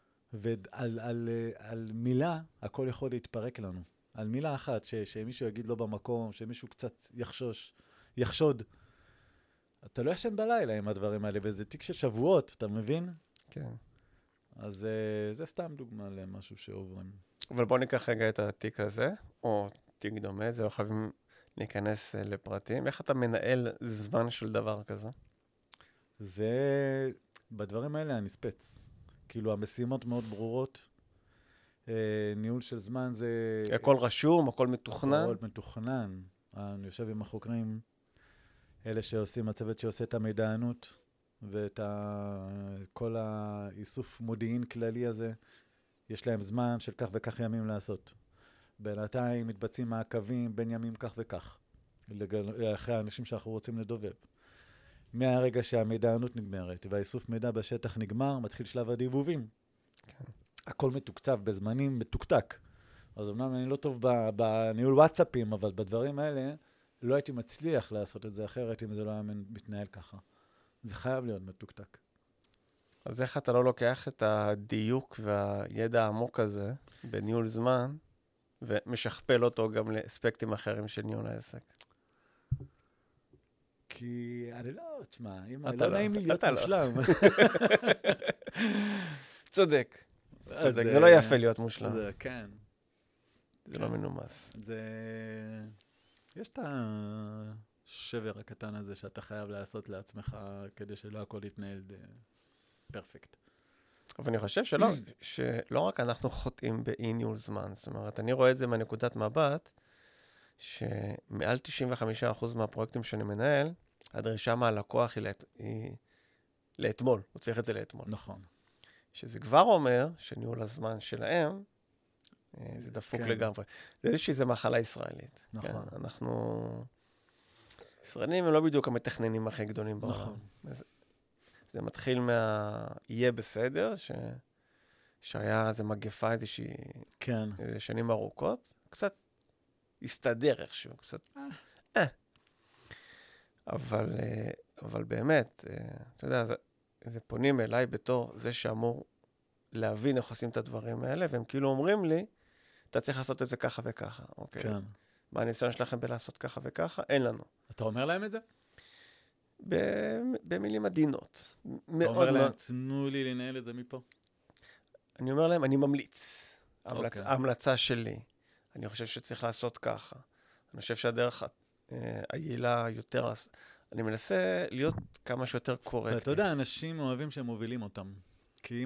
ועל מילה, הכל יכול להתפרק לנו. על מילה אחת, שמישהו יגיד לא במקום, שמישהו קצת יחשוד. אתה לא ישן בלילה עם הדברים האלה, וזה תיק של שבועות, אתה מבין? כן. אז זה סתם דוגמה למשהו שעוברים. אבל בוא ניקח רגע את התיק הזה, או תיק דומה, זה לא חייבים להיכנס לפרטים. איך אתה מנהל זמן של דבר כזה? זה, בדברים האלה אני ספץ. כאילו, המשימות מאוד ברורות. ניהול של זמן זה... הכל רשום, הכל מתוכנן? הכל מתוכנן. אני יושב עם החוקרים, אלה שעושים, הצוות שעושה את המידענות, ואת כל האיסוף מודיעין כללי הזה, יש להם זמן של כך וכך ימים לעשות. בינתיים מתבצעים מעקבים בין ימים כך וכך, אחרי האנשים שאנחנו רוצים לדובב. מהרגע שהמידענות נגמרת, והאיסוף מידע בשטח נגמר, מתחיל שלב הדיבובים. כן. הכל מתוקצב בזמנים מתוקתק. אז אמנם אני לא טוב בניהול וואטסאפים, אבל בדברים האלה לא הייתי מצליח לעשות את זה אחרת אם זה לא היה מתנהל ככה. זה חייב להיות מתוקתק. אז איך אתה לא לוקח את הדיוק והידע העמוק הזה בניהול זמן, ומשכפל אותו גם לאספקטים אחרים של ניהול העסק? כי אני לא, תשמע, לא נעים לי להיות מושלם. צודק. זה לא יפה להיות מושלם. כן. זה לא מנומס. יש את השבר הקטן הזה שאתה חייב לעשות לעצמך כדי שלא הכל יתנהל פרפקט. אבל אני חושב שלא רק אנחנו חוטאים באי ניהול זמן. זאת אומרת, אני רואה את זה מהנקודת מבט, שמעל 95% מהפרויקטים שאני מנהל, הדרישה מהלקוח היא לאתמול. הוא צריך את זה לאתמול. נכון. שזה כבר אומר שניהול הזמן שלהם, זה דפוק לגמרי. זה איזושהי מחלה ישראלית. נכון. אנחנו... ישראלים הם לא בדיוק המתכננים הכי גדולים בעולם. נכון. זה מתחיל יהיה בסדר, שהיה איזו מגפה איזושהי... כן. שנים ארוכות. קצת הסתדר איכשהו, קצת... אבל באמת, אתה יודע, זה פונים אליי בתור זה שאמור להבין איך עושים את הדברים האלה, והם כאילו אומרים לי, אתה צריך לעשות את זה ככה וככה. אוקיי. כן. מה הניסיון שלכם בלעשות ככה וככה? אין לנו. אתה אומר להם את זה? במילים עדינות. אתה אומר להם, תנו לי לנהל את זה מפה? אני אומר להם, אני ממליץ. ההמלצה שלי. אני חושב שצריך לעשות ככה. אני חושב שהדרך היעילה יותר... אני מנסה להיות כמה שיותר קורקטי. אתה יודע, אנשים אוהבים שהם מובילים אותם. כי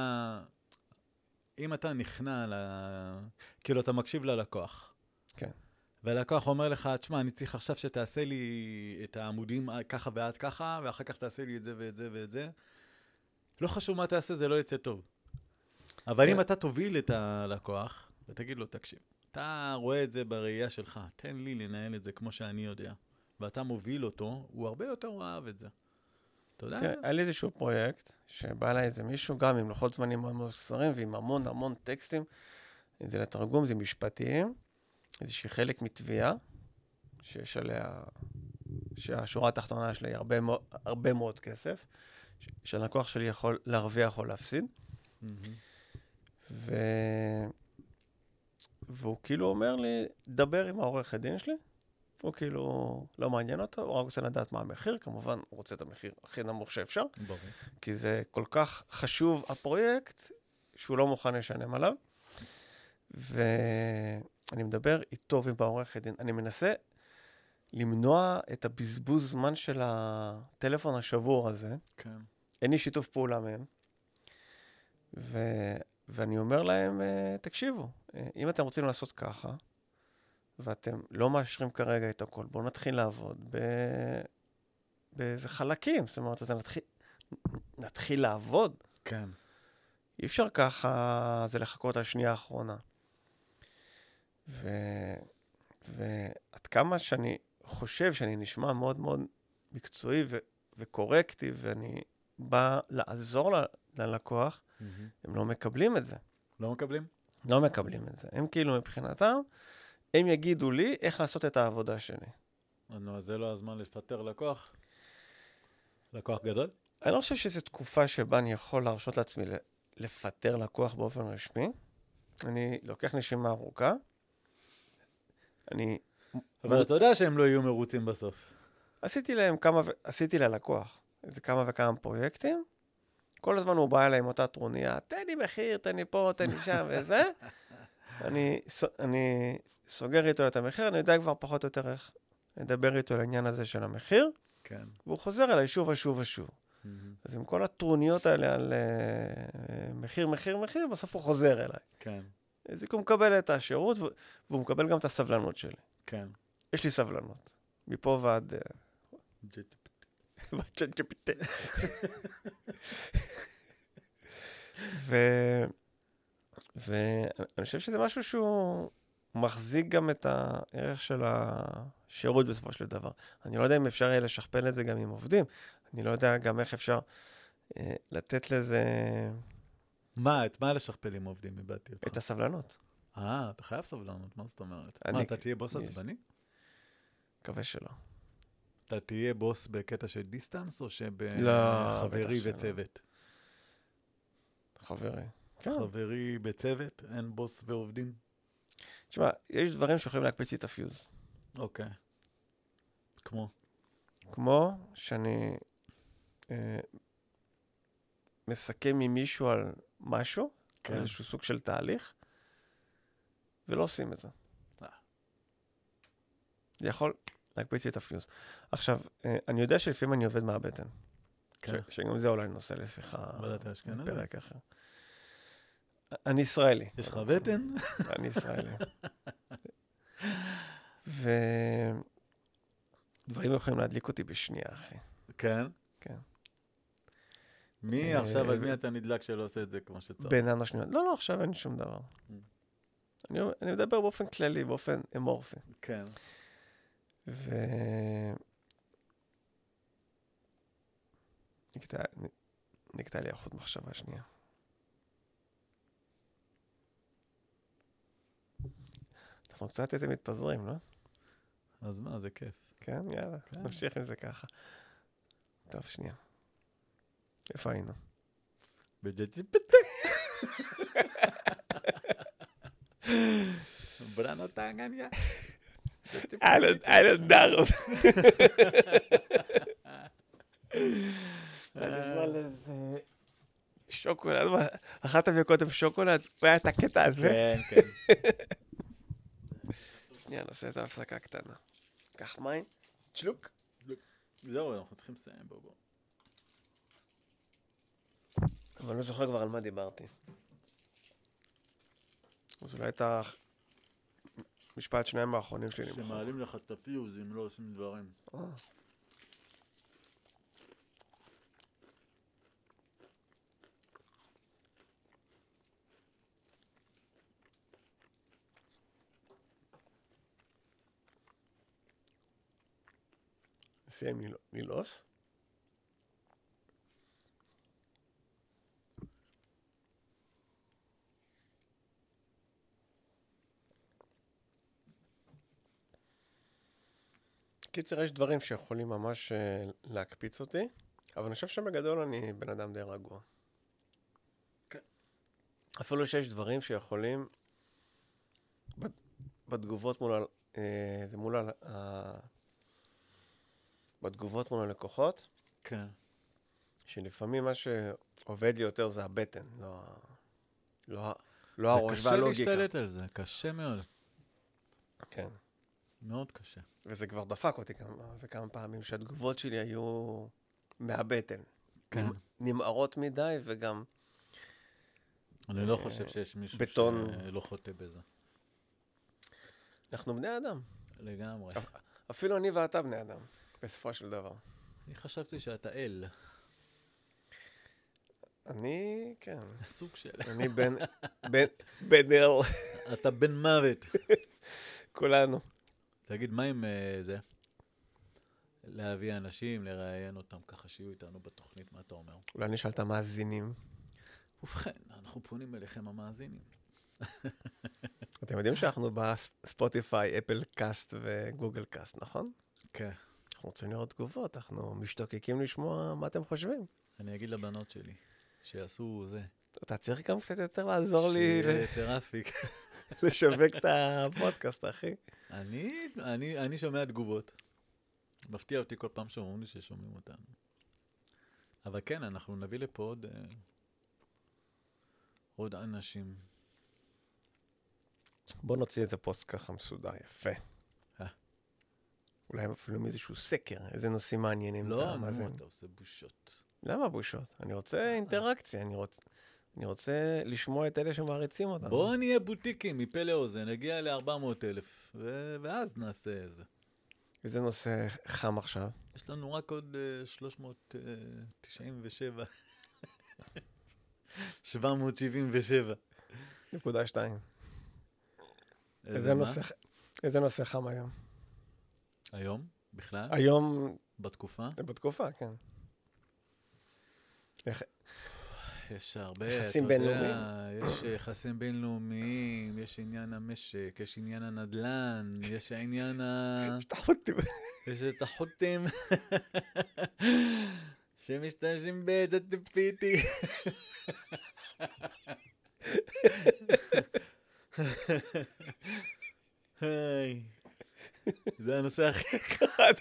אם אתה נכנע כאילו, אתה מקשיב ללקוח. כן. והלקוח אומר לך, תשמע, אני צריך עכשיו שתעשה לי את העמודים ככה ועד ככה, ואחר כך תעשה לי את זה ואת זה ואת זה. לא חשוב מה תעשה, זה לא יצא טוב. אבל אם אתה תוביל את הלקוח, ותגיד לו, תקשיב, אתה רואה את זה בראייה שלך, תן לי לנהל את זה כמו שאני יודע. ואתה מוביל אותו, הוא הרבה יותר אוהב את זה. אתה יודע? תראה, היה לי איזשהו פרויקט, שבא אליי איזה מישהו, גם עם לוחות זמנים מאוד מאוד קצרים, ועם המון המון טקסטים, זה לתרגום, זה משפטיים, איזושהי חלק מתביעה, שיש עליה, שהשורה התחתונה שלה היא הרבה מאוד כסף, שהלקוח שלי יכול להרוויח או להפסיד. והוא כאילו אומר לי, דבר עם העורך הדין שלי, הוא כאילו לא מעניין אותו, הוא רק רוצה לדעת מה המחיר, כמובן הוא רוצה את המחיר הכי נמוך שאפשר, ברור. כי זה כל כך חשוב הפרויקט, שהוא לא מוכן לשלם עליו, ואני מדבר איתו ועם העורך הדין, אני מנסה למנוע את הבזבוז זמן של הטלפון השבור הזה, כן. אין לי שיתוף פעולה מהם, ואני אומר להם, תקשיבו, אם אתם רוצים לעשות ככה, ואתם לא מאשרים כרגע את הכל, בואו נתחיל לעבוד באיזה חלקים, זאת אומרת, אז נתחיל לעבוד. כן. אי אפשר ככה, זה לחכות על שנייה האחרונה. ועד כמה שאני חושב שאני נשמע מאוד מאוד מקצועי וקורקטי, ואני בא לעזור ללקוח, הם לא מקבלים את זה. לא מקבלים? לא מקבלים את זה. הם כאילו מבחינתם, הם יגידו לי איך לעשות את העבודה שלי. נו, אז זה לא הזמן לפטר לקוח? לקוח גדול? אני לא חושב שזו תקופה שבה אני יכול להרשות לעצמי לפטר לקוח באופן רשמי. אני לוקח נשימה ארוכה. אבל אתה יודע שהם לא יהיו מרוצים בסוף. עשיתי ללקוח איזה כמה וכמה פרויקטים. כל הזמן הוא בא אליי עם אותה טרוניה, תן לי מחיר, תן לי פה, תן לי שם וזה. אני סוגר איתו את המחיר, אני יודע כבר פחות או יותר איך לדבר איתו על העניין הזה של המחיר. כן. והוא חוזר אליי שוב ושוב ושוב. אז עם כל הטרוניות האלה על מחיר, בסוף הוא חוזר אליי. כן. אז הוא מקבל את השירות, והוא מקבל גם את הסבלנות שלי. כן. יש לי סבלנות. מפה ועד... ואני חושב שזה משהו שהוא מחזיק גם את הערך של השירות בסופו של דבר. אני לא יודע אם אפשר יהיה לשכפל את זה גם עם עובדים. אני לא יודע גם איך אפשר לתת לזה... את מה לשכפל עם עובדים? איבדתי אותך. את הסבלנות. אתה חייב סבלנות, מה זאת אומרת? מה, אתה תהיה בוס עצבני? מקווה שלא. אתה תהיה בוס בקטע של דיסטנס, או שבחברי וצוות? חברי. חברי בצוות, אין בוס ועובדים? תשמע, יש דברים שיכולים להקפיץ לי את הפיוז. אוקיי. כמו? כמו שאני מסכם עם מישהו על משהו, על איזשהו סוג של תהליך, ולא עושים את זה. זה יכול להקפיץ לי את הפיוז. עכשיו, אני יודע שלפעמים אני עובד מהבטן. שגם זה אולי נושא לשיחה בפרק אחר. אני ישראלי. יש לך בטן? אני ישראלי. דברים יכולים להדליק אותי בשנייה, אחי. כן? כן. מי עכשיו, על מי אתה נדלק שלא עושה את זה כמו שצריך? בין אנשים. לא, עכשיו אין שום דבר. אני מדבר באופן כללי, באופן אמורפי. כן. נקטע לי החוט מחשבה שנייה. אנחנו קצת איזה מתפזרים, לא? אז מה, זה כיף. כן, יאללה, נמשיך עם זה ככה. טוב, שנייה. איפה היינו? ברנו טנגניה. I don't know. שוקולד, אכלת מקודם שוקולד? והיה את הקטע הזה? כן, כן. שנייה, נעשה את ההפסקה קטנה. קח מים, צ'לוק. זהו, אנחנו צריכים לסיים, בוא. אבל לא זוכר כבר על מה דיברתי. אז אולי את המשפט שניים האחרונים שלי נמחור. שמעלים לך את הפיוז אם לא עושים דברים. נסיים ללעוס. קיצר, יש דברים שיכולים ממש להקפיץ אותי, אבל אני חושב שבגדול אני בן אדם די רגוע. כן. אפילו שיש דברים שיכולים בתגובות בתגובות מול הלקוחות, כן. שלפעמים מה שעובד לי יותר זה הבטן, לא הראש והלוגיקה. זה קשה להשתלט על זה, קשה מאוד. כן. מאוד קשה. וזה כבר דפק אותי כמה פעמים, שהתגובות שלי היו מהבטן. כן. נמערות מדי, וגם... אני לא חושב שיש מישהו שלא חוטא בזה. אנחנו בני אדם. לגמרי. אפילו אני ואתה בני אדם, בסופו של דבר. אני חשבתי שאתה אל. אני, כן. סוג של... אני בן אל. אתה בן מוות. כולנו. תגיד, מה עם זה? להביא אנשים, לראיין אותם ככה שיהיו איתנו בתוכנית, מה אתה אומר? אולי נשאל את המאזינים. ובכן, אנחנו פונים אליכם המאזינים. אתם יודעים שאנחנו בספוטיפיי, אפל קאסט וגוגל קאסט, נכון? כן. אנחנו רוצים לראות תגובות, אנחנו משתוקקים לשמוע מה אתם חושבים. אני אגיד לבנות שלי, שיעשו זה. אתה צריך גם קצת יותר לעזור לי שיהיה טראפיק. לשווק את הפודקאסט, אחי. אני שומע תגובות. מפתיע אותי כל פעם שאומרים לי ששומעים אותנו. אבל כן, אנחנו נביא לפה עוד אנשים. בוא נוציא איזה פוסט ככה מסודר, יפה. אולי אפילו מאיזשהו סקר, איזה נושאים מעניינים. לא, אתה עושה בושות. למה בושות? אני רוצה אינטראקציה, אני רוצה לשמוע את אלה שמעריצים אותנו. בוא נהיה בוטיקים מפה לאוזן, נגיע ל-400,000, ואז נעשה איזה. איזה נושא חם עכשיו? יש לנו רק עוד 397. 777. 2.2. איזה נושא חם היום? היום? בכלל? היום... בתקופה? בתקופה, כן. יש הרבה, יחסים בינלאומיים. יש יחסים בינלאומיים, יש עניין המשק, יש עניין הנדל"ן, יש העניין יש את החוטים. יש את החוטים. שמשתמשים בג'טפיטי. היי. זה הנושא הכי קרד.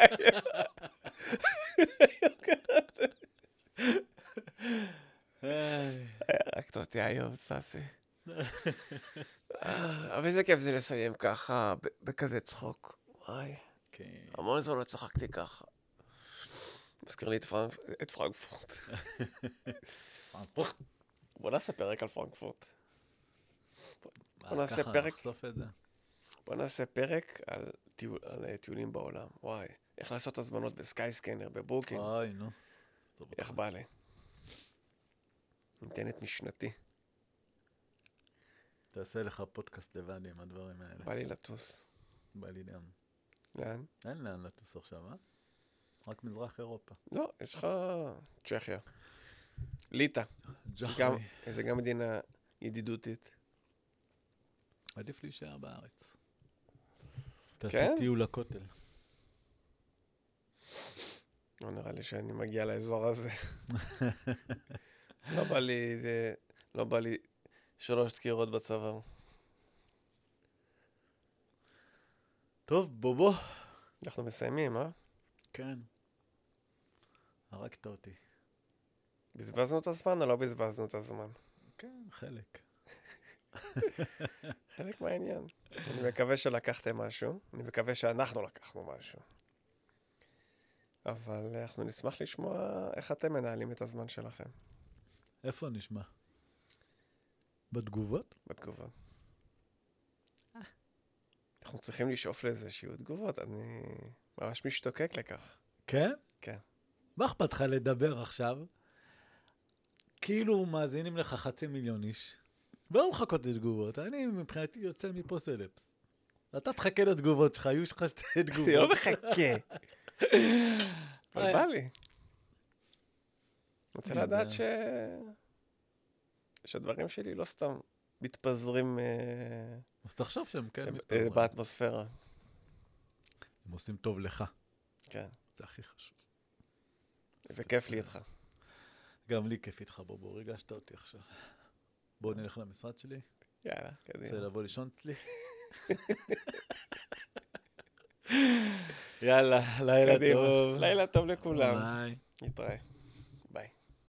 רק אותי היום, ססי. אבל איזה כיף זה לסיים ככה, בכזה צחוק. וואי. המון זמן לא צחקתי ככה. מזכיר לי את פרנקפורט. בוא נעשה פרק על פרנקפורט. בוא נעשה פרק על טיולים בעולם. וואי, איך לעשות הזמנות בסקייסקנר, בבוקינג. אוי, נו. איך בא לי? ניתנת משנתי. תעשה לך פודקאסט לבד עם הדברים האלה. בא לי לטוס. בא לי גם. לאן? אין לאן לטוס עכשיו, אה? רק מזרח אירופה. לא, יש לך צ'כיה. ליטא. זה גם מדינה ידידותית. עדיף להישאר בארץ. תעשה טיול לכותל. לא נראה לי שאני מגיע לאזור הזה. לא בא לי 3 דקירות בצבא. טוב, בוא. אנחנו מסיימים, אה? כן. הרגת אותי. בזבזנו את הזמן או לא בזבזנו את הזמן? כן, חלק. חלק מהעניין. אני מקווה שלקחתם משהו. אני מקווה שאנחנו לקחנו משהו. אבל אנחנו נשמח לשמוע איך אתם מנהלים את הזמן שלכם. איפה נשמע? בתגובות? בתגובות. אנחנו צריכים לשאוף לזה שיהיו תגובות. אני ממש משתוקק לכך. כן? כן. מה אכפת לך לדבר עכשיו? כאילו מאזינים לך 500,000 איש. ולא מחכות לתגובות. אני מבחינתי יוצא מפה סלפס. אתה תחכה לתגובות שלך, יהיו לך 2 תגובות. אני לא מחכה. אבל בא לי. אני רוצה לדעת שהדברים שלי לא סתם מתפזרים אז תחשוב שהם כן מתפזרים. באטמוספירה. הם עושים טוב לך. כן. זה הכי חשוב. וכיף לי איתך. גם לי כיף איתך, בוא, ריגשת אותי עכשיו. בוא נלך למשרד שלי. יאללה, קדימה. רוצה לבוא לישון אצלי? יאללה, לילה טוב. לילה טוב לכולם. ביי. נתראה.